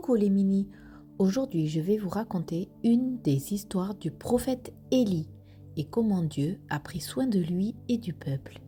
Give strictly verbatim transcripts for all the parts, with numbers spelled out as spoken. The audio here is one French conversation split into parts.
Coucou les minis, aujourd'hui je vais vous raconter une des histoires du prophète Élie et comment Dieu a pris soin de lui et du peuple.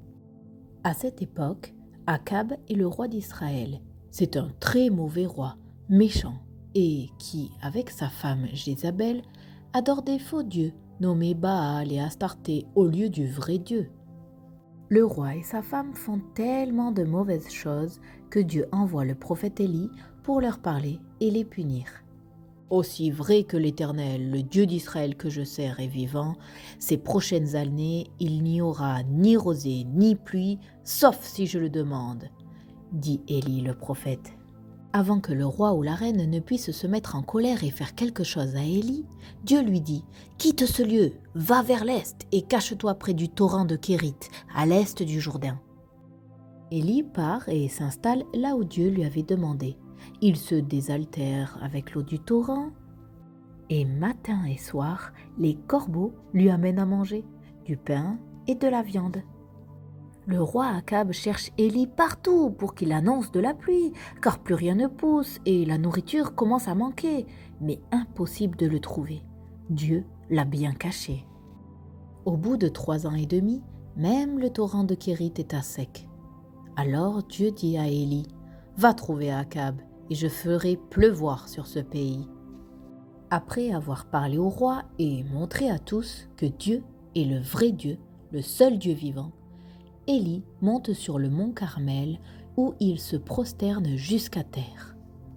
À cette époque, Akab est le roi d'Israël. C'est un très mauvais roi, méchant, et qui, avec sa femme Jézabel, adore des faux dieux nommés Baal et Astarté au lieu du vrai Dieu. Le roi et sa femme font tellement de mauvaises choses que Dieu envoie le prophète Élie pour leur parler et les punir. Aussi vrai que l'Éternel, le Dieu d'Israël que je sers, est vivant, ces prochaines années, il n'y aura ni rosée ni pluie, sauf si je le demande, dit Élie le prophète. Avant que le roi ou la reine ne puisse se mettre en colère et faire quelque chose à Élie, Dieu lui dit « Quitte ce lieu, va vers l'est et cache-toi près du torrent de Kérit, à l'est du Jourdain. » Élie part et s'installe là où Dieu lui avait demandé. Il se désaltère avec l'eau du torrent et matin et soir, les corbeaux lui amènent à manger du pain et de la viande. Le roi Akab cherche Élie partout pour qu'il annonce de la pluie, car plus rien ne pousse et la nourriture commence à manquer, mais impossible de le trouver. Dieu l'a bien caché. Au bout de trois ans et demi, même le torrent de Kérit est à sec. Alors Dieu dit à Élie, « Va trouver Akab, et je ferai pleuvoir sur ce pays. » Après avoir parlé au roi et montré à tous que Dieu est le vrai Dieu, le seul Dieu vivant, Élie monte sur le mont Carmel où il se prosterne jusqu'à terre.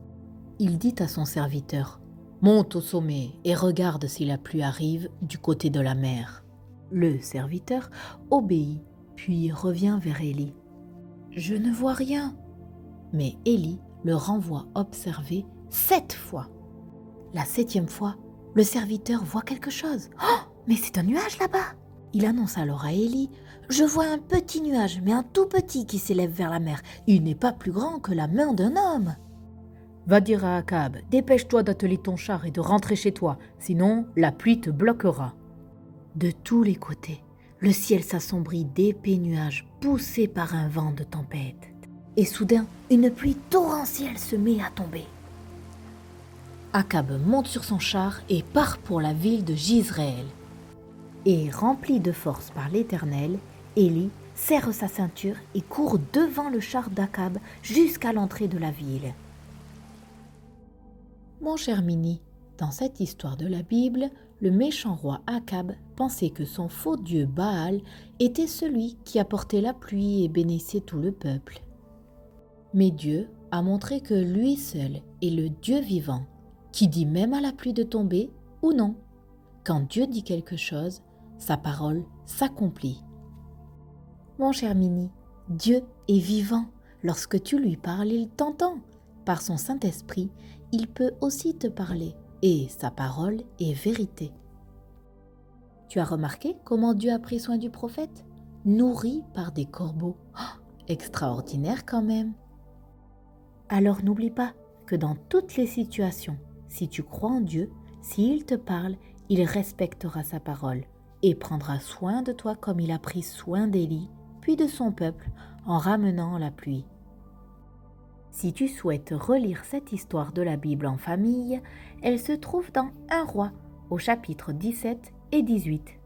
Il dit à son serviteur, « Monte au sommet et regarde si la pluie arrive du côté de la mer. » Le serviteur obéit, puis revient vers Élie. « Je ne vois rien. » Mais Élie le renvoie observer sept fois. La septième fois, le serviteur voit quelque chose. « Oh, mais c'est un nuage là-bas !» Il annonce alors à Élie, « Je vois un petit nuage, mais un tout petit qui s'élève vers la mer. Il n'est pas plus grand que la main d'un homme. » Va dire à Akab, dépêche-toi d'atteler ton char et de rentrer chez toi, sinon la pluie te bloquera. De tous les côtés, le ciel s'assombrit d'épais nuages poussés par un vent de tempête. Et soudain, une pluie torrentielle se met à tomber. Akab monte sur son char et part pour la ville de Jizréel. Et rempli de force par l'Éternel, Élie serre sa ceinture et court devant le char d'Akab jusqu'à l'entrée de la ville. Mon cher Mini, dans cette histoire de la Bible, le méchant roi Akab pensait que son faux dieu Baal était celui qui apportait la pluie et bénissait tout le peuple. Mais Dieu a montré que lui seul est le Dieu vivant, qui dit même à la pluie de tomber ou non. Quand Dieu dit quelque chose, sa parole s'accomplit. Mon cher Mini, Dieu est vivant. Lorsque tu lui parles, il t'entend. Par son Saint-Esprit, il peut aussi te parler et sa parole est vérité. Tu as remarqué comment Dieu a pris soin du prophète? Nourri par des corbeaux. Oh, extraordinaire quand même. Alors n'oublie pas que dans toutes les situations, si tu crois en Dieu, s'il te parle, il respectera sa parole et prendra soin de toi comme il a pris soin d'Élie, puis de son peuple, en ramenant la pluie. Si tu souhaites relire cette histoire de la Bible en famille, elle se trouve dans un roi, au chapitre dix-sept et dix-huit.